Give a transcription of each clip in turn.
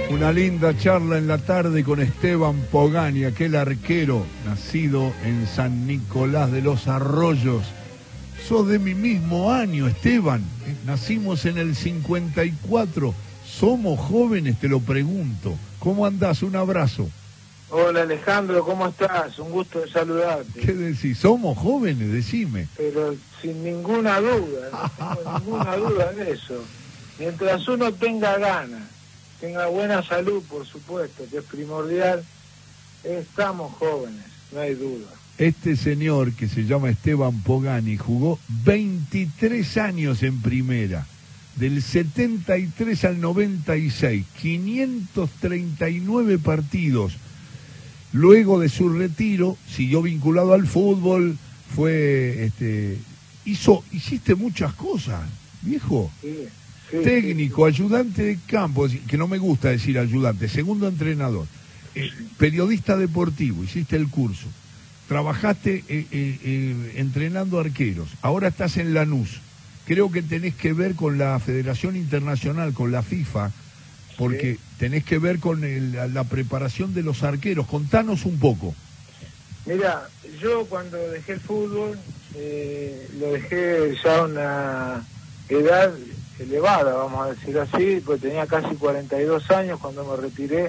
Una linda charla en la tarde con Esteban Pogani, aquel arquero nacido en San Nicolás de los Arroyos. Sos de mi mismo año, Esteban. Nacimos en el 54. Somos jóvenes, te lo pregunto. ¿Cómo andás? Un abrazo. Hola Alejandro, ¿cómo estás? Un gusto de saludarte. ¿Qué decís? Somos jóvenes, decime. Pero sin ninguna duda, no tengo ninguna duda en eso. Mientras uno tenga ganas, tenga buena salud, por supuesto, que es primordial, estamos jóvenes, no hay duda. Este señor, que se llama Esteban Pogani, jugó 23 años en primera, del 73 al 96, 539 partidos. Luego de su retiro, siguió vinculado al fútbol, hiciste muchas cosas, viejo. Sí. Técnico, ayudante de campo, que no me gusta decir ayudante, segundo entrenador, periodista deportivo, hiciste el curso, trabajaste entrenando arqueros, ahora estás en Lanús, creo que tenés que ver con la Federación Internacional, con la FIFA, porque tenés que ver con la preparación de los arqueros. Contanos un poco. Mira, yo cuando dejé el fútbol, lo dejé ya a una edad elevada, vamos a decir así, pues tenía casi 42 años cuando me retiré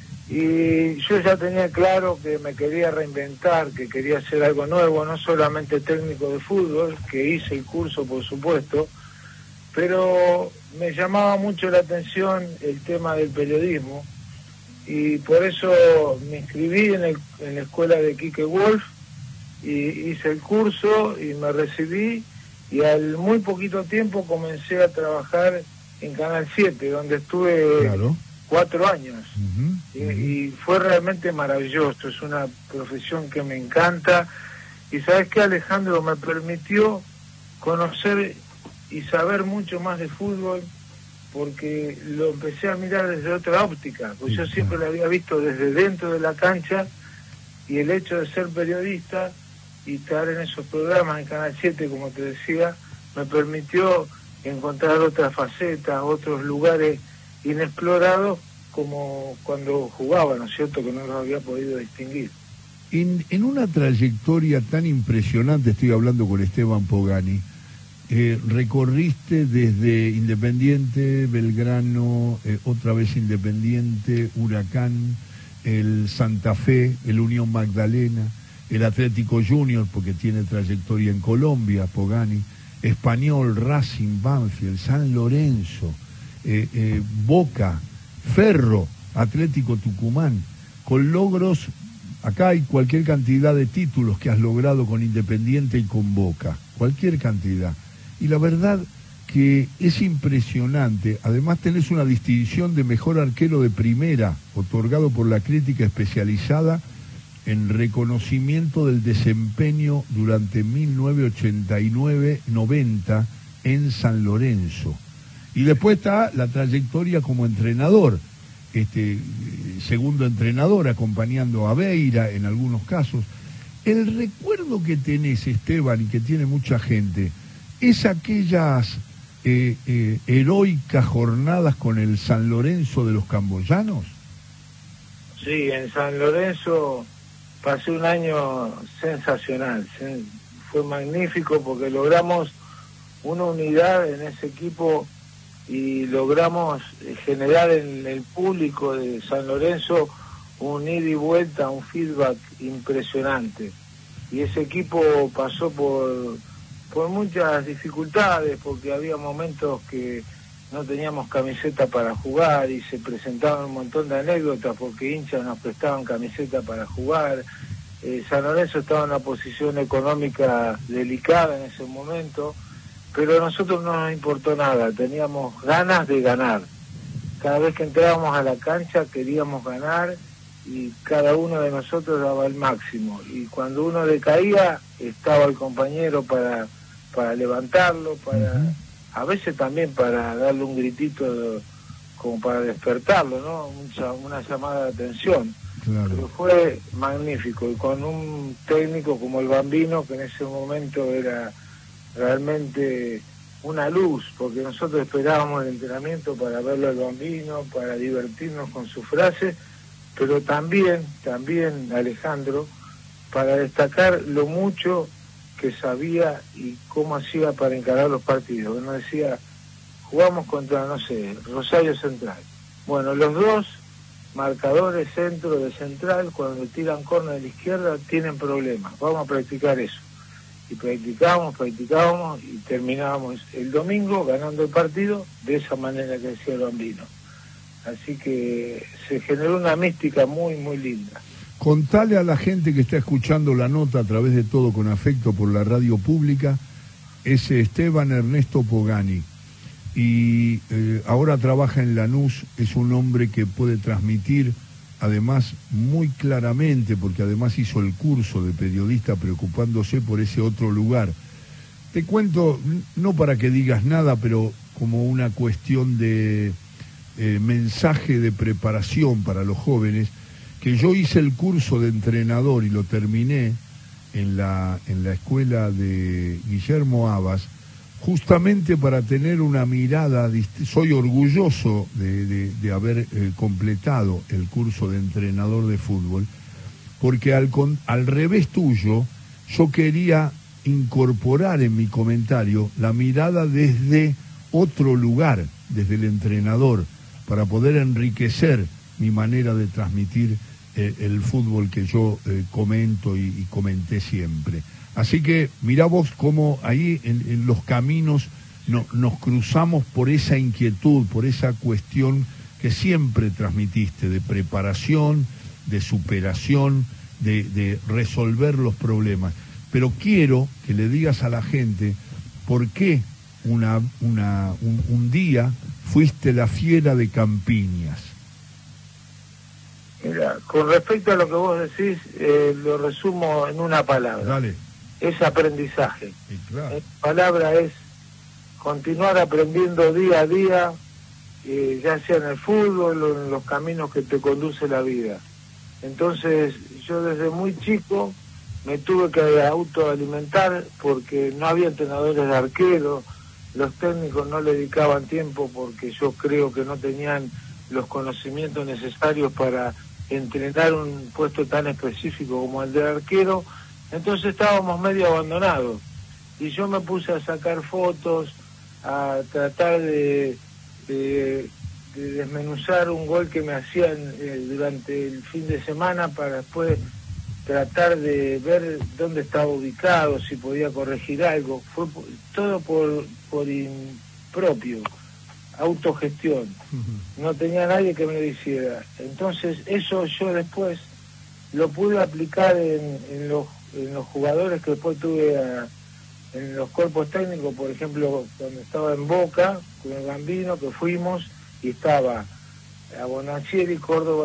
y yo ya tenía claro que me quería reinventar, que quería hacer algo nuevo, no solamente técnico de fútbol, que hice el curso por supuesto, pero me llamaba mucho la atención el tema del periodismo y por eso me inscribí en la escuela de Quique Wolf y hice el curso y me recibí. Y al muy poquito tiempo comencé a trabajar en Canal 7, donde estuve 4 años. Y fue realmente maravilloso, es una profesión que me encanta. Y ¿sabes qué, Alejandro? Me permitió conocer y saber mucho más de fútbol, porque lo empecé a mirar desde otra óptica, pues yo siempre lo había visto desde dentro de la cancha, y el hecho de ser periodista y estar en esos programas en Canal 7, como te decía, me permitió encontrar otras facetas, otros lugares inexplorados, como cuando jugaba, ¿no es cierto?, que no los había podido distinguir. En una trayectoria tan impresionante, estoy hablando con Esteban Pogani, recorriste desde Independiente, Belgrano, otra vez Independiente, Huracán, el Santa Fe, el Unión Magdalena, el Atlético Junior, porque tiene trayectoria en Colombia, Pogani, Español, Racing, Banfield, San Lorenzo, Boca, Ferro, Atlético Tucumán, con logros, acá hay cualquier cantidad de títulos que has logrado con Independiente y con Boca, cualquier cantidad. Y la verdad que es impresionante, además tenés una distinción de mejor arquero de primera, otorgado por la crítica especializada, en reconocimiento del desempeño durante 1989-90 en San Lorenzo. Y después está la trayectoria como entrenador, segundo entrenador, acompañando a Beira en algunos casos. El recuerdo que tenés, Esteban, y que tiene mucha gente, es aquellas heroicas jornadas con el San Lorenzo de los camboyanos. Sí, en San Lorenzo pasé un año sensacional, fue magnífico porque logramos una unidad en ese equipo y logramos generar en el público de San Lorenzo un ida y vuelta, un feedback impresionante. Y ese equipo pasó por muchas dificultades, porque había momentos que no teníamos camiseta para jugar y se presentaban un montón de anécdotas porque hinchas nos prestaban camiseta para jugar. San Lorenzo estaba en una posición económica delicada en ese momento, pero a nosotros no nos importó nada, teníamos ganas de ganar. Cada vez que entrábamos a la cancha queríamos ganar y cada uno de nosotros daba el máximo. Y cuando uno decaía, estaba el compañero para levantarlo, a veces también para darle un gritito como para despertarlo, ¿no? Una llamada de atención. Claro. Pero fue magnífico, y con un técnico como el Bambino, que en ese momento era realmente una luz, porque nosotros esperábamos el entrenamiento para verlo al Bambino, para divertirnos con sus frases, pero también Alejandro, para destacar lo mucho que sabía y cómo hacía para encarar los partidos. Nos decía, jugamos contra, no sé, Rosario Central. Bueno, los dos marcadores centro de Central, cuando tiran córner de la izquierda, tienen problemas. Vamos a practicar eso. Y practicábamos y terminábamos el domingo ganando el partido de esa manera que decía el Bambino. Así que se generó una mística muy, muy linda. Contale a la gente que está escuchando la nota a través de Todo con Afecto por la radio pública, es Esteban Ernesto Pogani. Y ahora trabaja en Lanús, es un hombre que puede transmitir además muy claramente, porque además hizo el curso de periodista preocupándose por ese otro lugar. Te cuento, no para que digas nada, pero como una cuestión de mensaje de preparación para los jóvenes, que yo hice el curso de entrenador y lo terminé en la escuela de Guillermo Abas, justamente para tener una mirada, soy orgulloso de haber completado el curso de entrenador de fútbol, porque al revés tuyo, yo quería incorporar en mi comentario la mirada desde otro lugar, desde el entrenador, para poder enriquecer mi manera de transmitir el fútbol que yo comento y comenté siempre. Así que mirá vos cómo ahí en los caminos nos cruzamos por esa inquietud, por esa cuestión que siempre transmitiste, de preparación, de superación, de resolver los problemas. Pero quiero que le digas a la gente por qué un día fuiste la fiera de Campiñas. Mira, con respecto a lo que vos decís, lo resumo en una palabra. Dale. Es aprendizaje. Sí, claro. La palabra es continuar aprendiendo día a día, ya sea en el fútbol o en los caminos que te conduce la vida. Entonces, yo desde muy chico me tuve que autoalimentar porque no había entrenadores de arquero, los técnicos no le dedicaban tiempo porque yo creo que no tenían los conocimientos necesarios para entrenar un puesto tan específico como el de arquero. Entonces estábamos medio abandonados y yo me puse a sacar fotos, a tratar de desmenuzar un gol que me hacían durante el fin de semana para después tratar de ver dónde estaba ubicado, si podía corregir algo. Fue todo por impropio, autogestión. No tenía nadie que me lo hiciera. Entonces eso yo después lo pude aplicar en los jugadores que después tuve en los cuerpos técnicos. Por ejemplo, cuando estaba en Boca con el Bambino, que fuimos, y estaba a Bonacieri, Córdoba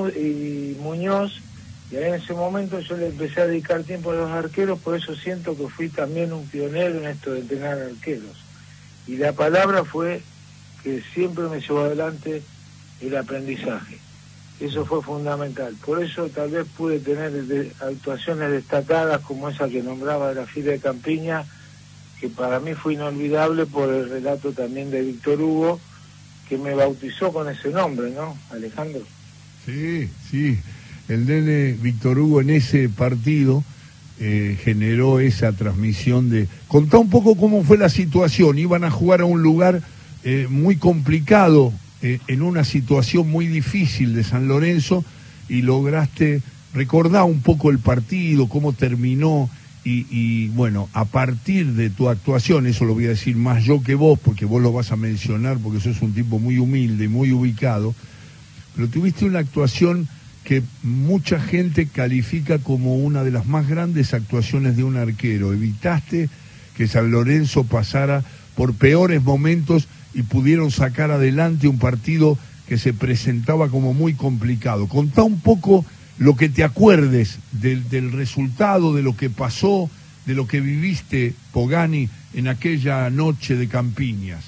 y Muñoz, y en ese momento yo le empecé a dedicar tiempo a los arqueros. Por eso siento que fui también un pionero en esto de entrenar arqueros, y la palabra fue que siempre me llevó adelante el aprendizaje. Eso fue fundamental. Por eso tal vez pude tener actuaciones destacadas como esa que nombraba de la fiera de Campiña, que para mí fue inolvidable por el relato también de Víctor Hugo, que me bautizó con ese nombre, ¿no, Alejandro? Sí, sí. El nene Víctor Hugo en ese partido generó esa transmisión de... Contá un poco cómo fue la situación. Iban a jugar a un lugar muy complicado, en una situación muy difícil de San Lorenzo, y lograste recordar un poco el partido, cómo terminó, y bueno, a partir de tu actuación, eso lo voy a decir más yo que vos, porque vos lo vas a mencionar, porque sos un tipo muy humilde y muy ubicado, pero tuviste una actuación que mucha gente califica como una de las más grandes actuaciones de un arquero. Evitaste que San Lorenzo pasara por peores momentos y pudieron sacar adelante un partido que se presentaba como muy complicado. Contá un poco lo que te acuerdes del resultado, de lo que pasó, de lo que viviste, Pogani, en aquella noche de Campiñas.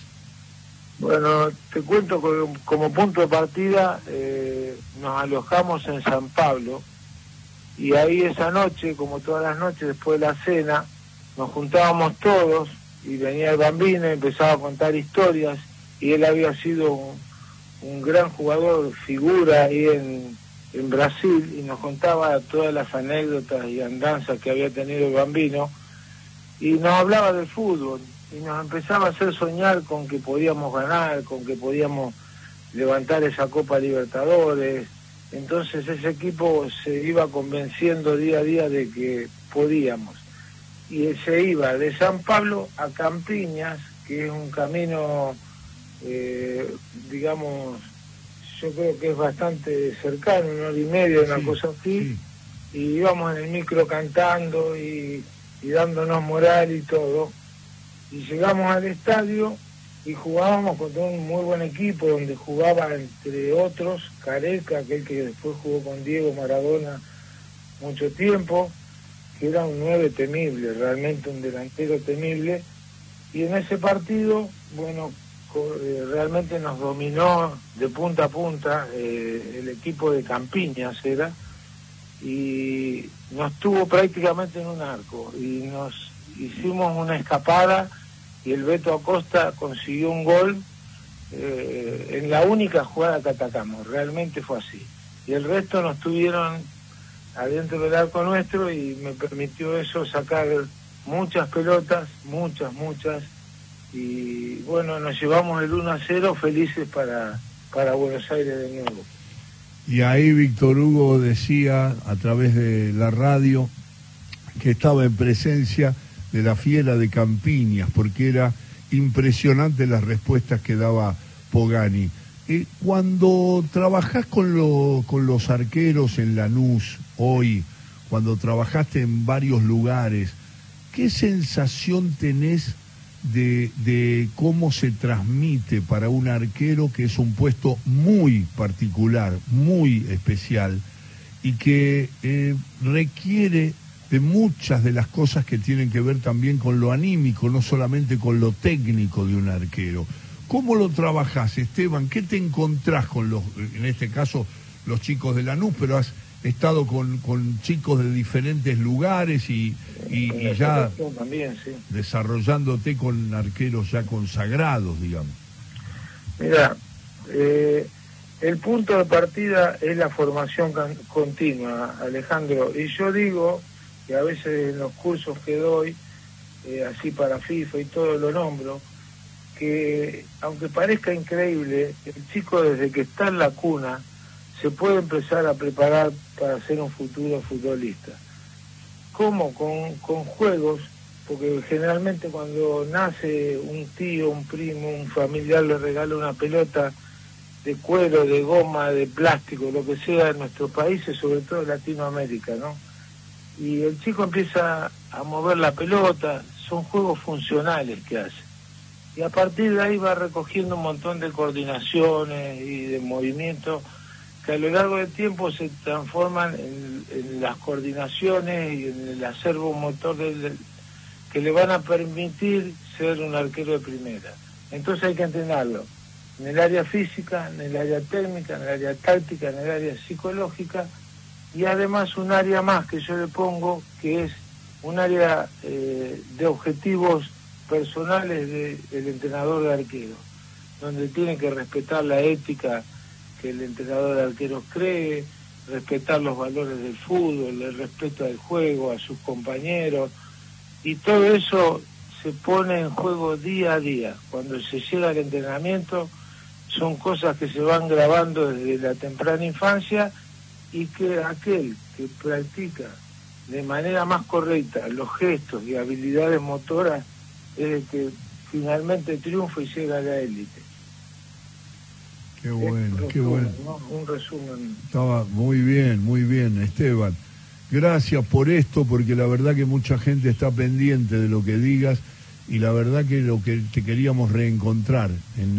Bueno, te cuento que como punto de partida nos alojamos en San Pablo, y ahí esa noche, como todas las noches después de la cena, nos juntábamos todos y venía el Bambino y empezaba a contar historias, y él había sido un gran jugador, figura ahí en Brasil, y nos contaba todas las anécdotas y andanzas que había tenido el Bambino, y nos hablaba del fútbol, y nos empezaba a hacer soñar con que podíamos ganar, con que podíamos levantar esa Copa Libertadores. Entonces ese equipo se iba convenciendo día a día de que podíamos. Y se iba de San Pablo a Campiñas, que es un camino, digamos, yo creo que es bastante cercano, 1 hora y media, una cosa así, y íbamos en el micro cantando y dándonos moral y todo. Y llegamos al estadio y jugábamos contra un muy buen equipo, donde jugaba, entre otros, Careca, aquel que después jugó con Diego Maradona mucho tiempo, que era un 9 temible, realmente un delantero temible. Y en ese partido, bueno, realmente nos dominó de punta a punta el equipo de Campiñas era, y nos tuvo prácticamente en un arco, y nos hicimos una escapada, y el Beto Acosta consiguió un gol en la única jugada que atacamos, realmente fue así. Y el resto nos tuvieron adentro del arco nuestro, y me permitió eso sacar muchas pelotas, muchas, y bueno, nos llevamos el 1-0 felices para Buenos Aires de nuevo. Y ahí Víctor Hugo decía a través de la radio que estaba en presencia de la fiera de Campiñas, porque era impresionante las respuestas que daba Pogani. Cuando trabajás con los arqueros en Lanús hoy, cuando trabajaste en varios lugares, ¿qué sensación tenés de cómo se transmite para un arquero, que es un puesto muy particular, muy especial, y que requiere de muchas de las cosas que tienen que ver también con lo anímico, no solamente con lo técnico de un arquero? ¿Cómo lo trabajás, Esteban? ¿Qué te encontrás con en este caso, los chicos de Lanús, pero has estado con chicos de diferentes lugares y ya también, sí, desarrollándote con arqueros ya consagrados, digamos? Mira, el punto de partida es la formación continua, Alejandro, y yo digo que a veces en los cursos que doy, así para FIFA y todo, lo nombro, que aunque parezca increíble, el chico desde que está en la cuna se puede empezar a preparar para ser un futuro futbolista. ¿Cómo? Con juegos, porque generalmente cuando nace un tío, un primo, un familiar le regala una pelota de cuero, de goma, de plástico, lo que sea, en nuestros países, sobre todo en Latinoamérica, ¿no? Y el chico empieza a mover la pelota, son juegos funcionales que hace. Y a partir de ahí va recogiendo un montón de coordinaciones y de movimientos que a lo largo del tiempo se transforman en las coordinaciones y en el acervo motor que le van a permitir ser un arquero de primera. Entonces hay que entrenarlo en el área física, en el área técnica, en el área táctica, en el área psicológica, y además un área más que yo le pongo, que es un área de objetivos personales del entrenador de arqueros, donde tiene que respetar la ética que el entrenador de arqueros cree, respetar los valores del fútbol, el respeto al juego, a sus compañeros, y todo eso se pone en juego día a día. Cuando se llega al entrenamiento, son cosas que se van grabando desde la temprana infancia, y que aquel que practica de manera más correcta los gestos y habilidades motoras es el que finalmente triunfa y llega a la élite. Qué bueno, qué bueno. ¿No? Un resumen. Estaba muy bien, Esteban. Gracias por esto, porque la verdad que mucha gente está pendiente de lo que digas, y la verdad que lo que te queríamos reencontrar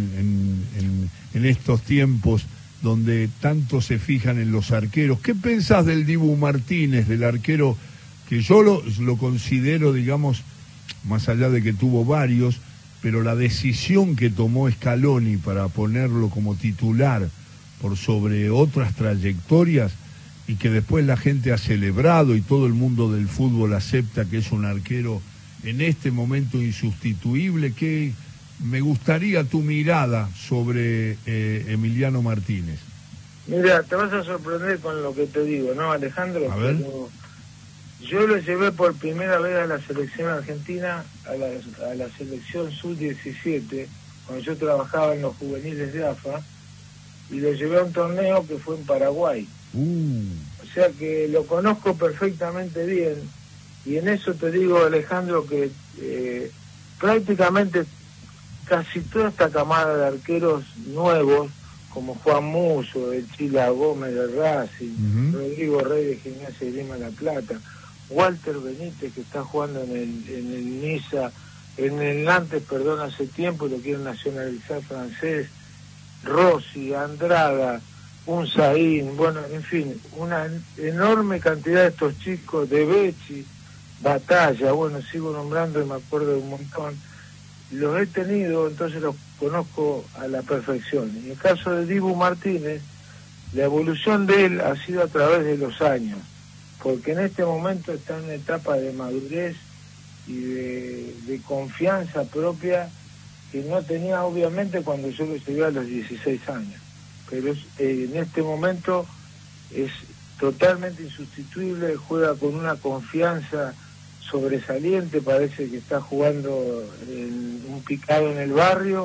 en estos tiempos donde tanto se fijan en los arqueros. ¿Qué pensás del Dibu Martínez, del arquero que yo lo considero, digamos, más allá de que tuvo varios, pero la decisión que tomó Scaloni para ponerlo como titular por sobre otras trayectorias, y que después la gente ha celebrado y todo el mundo del fútbol acepta que es un arquero en este momento insustituible. Que me gustaría tu mirada sobre Emiliano Martínez. Mira, te vas a sorprender con lo que te digo, ¿no, Alejandro? A ver. Pero yo lo llevé por primera vez a la selección argentina, a la selección sub-17, cuando yo trabajaba en los juveniles de AFA, y lo llevé a un torneo que fue en Paraguay. O sea que lo conozco perfectamente bien, y en eso te digo, Alejandro, que prácticamente casi toda esta camada de arqueros nuevos, como Juan Musso, el Chila Gómez de Racing, Rodrigo Rey de Gimnasia y Grima La Plata, Walter Benítez, que está jugando en el Niza, en el Nantes, perdón, hace tiempo, y lo quieren nacionalizar francés, Rossi, Andrada, Unzaín, bueno, en fin, una enorme cantidad de estos chicos, de Becci, Batalla, bueno, sigo nombrando y me acuerdo de un montón. Los he tenido, entonces los conozco a la perfección. En el caso de Dibu Martínez, la evolución de él ha sido a través de los años, porque en este momento está en una etapa de madurez y de confianza propia que no tenía obviamente cuando yo lo llegué a los 16 años. Pero en este momento es totalmente insustituible, juega con una confianza sobresaliente, parece que está jugando un picado en el barrio,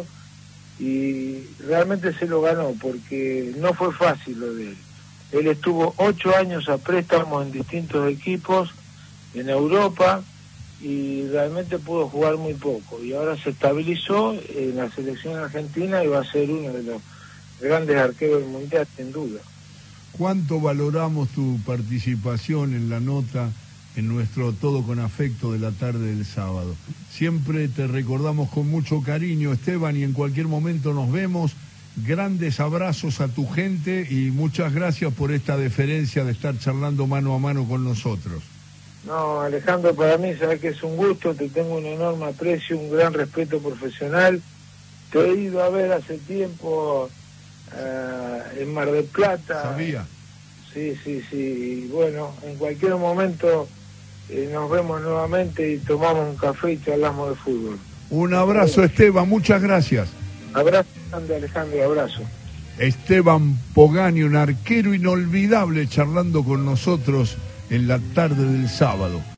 y realmente se lo ganó, porque no fue fácil lo de él. Él estuvo 8 años a préstamo en distintos equipos en Europa y realmente pudo jugar muy poco, y ahora se estabilizó en la selección argentina y va a ser uno de los grandes arqueros del mundial, sin duda. ¿Cuánto valoramos tu participación en la nota en nuestro Todo con Afecto de la tarde del sábado? Siempre te recordamos con mucho cariño, Esteban, y en cualquier momento nos vemos. Grandes abrazos a tu gente y muchas gracias por esta deferencia de estar charlando mano a mano con nosotros. No, Alejandro, para mí sabes que es un gusto, te tengo un enorme aprecio, un gran respeto profesional. Te he ido a ver hace tiempo en Mar del Plata. ¿Sabía? Sí, y bueno, en cualquier momento nos vemos nuevamente y tomamos un café y charlamos de fútbol. Un abrazo, Esteban, muchas gracias. Abrazo grande, Alejandro, abrazo. Esteban Pogani, un arquero inolvidable, charlando con nosotros en la tarde del sábado.